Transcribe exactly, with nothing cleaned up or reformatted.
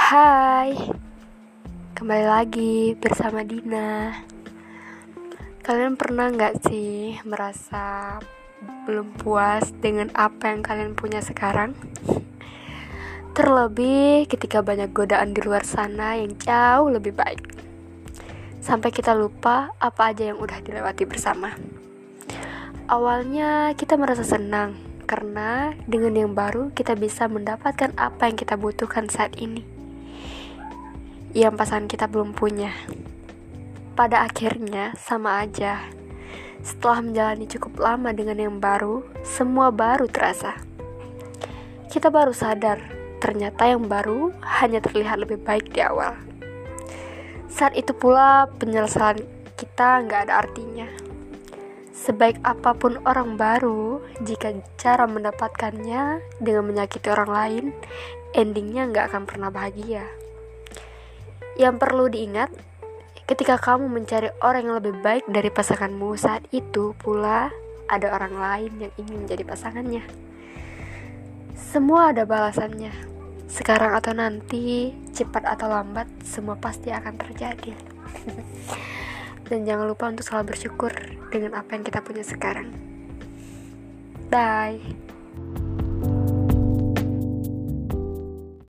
Hai, kembali lagi bersama Dina. Kalian pernah gak sih merasa belum puas dengan apa yang kalian punya sekarang? Terlebih ketika banyak godaan di luar sana yang jauh lebih baik, sampai kita lupa apa aja yang udah dilewati bersama. Awalnya kita merasa senang karena dengan yang baru kita bisa mendapatkan apa yang kita butuhkan saat ini, yang pasangan kita belum punya. Pada akhirnya sama aja. Setelah menjalani cukup lama dengan yang baru, semua baru terasa. Kita baru sadar, ternyata yang baru hanya terlihat lebih baik di awal. Saat itu pula penyesalan kita gak ada artinya. Sebaik apapun orang baru, jika cara mendapatkannya dengan menyakiti orang lain, endingnya gak akan pernah bahagia. Yang perlu diingat, ketika kamu mencari orang yang lebih baik dari pasanganmu, saat itu pula ada orang lain yang ingin menjadi pasangannya. Semua ada balasannya. Sekarang atau nanti, cepat atau lambat, semua pasti akan terjadi. Dan jangan lupa untuk selalu bersyukur dengan apa yang kita punya sekarang. Bye.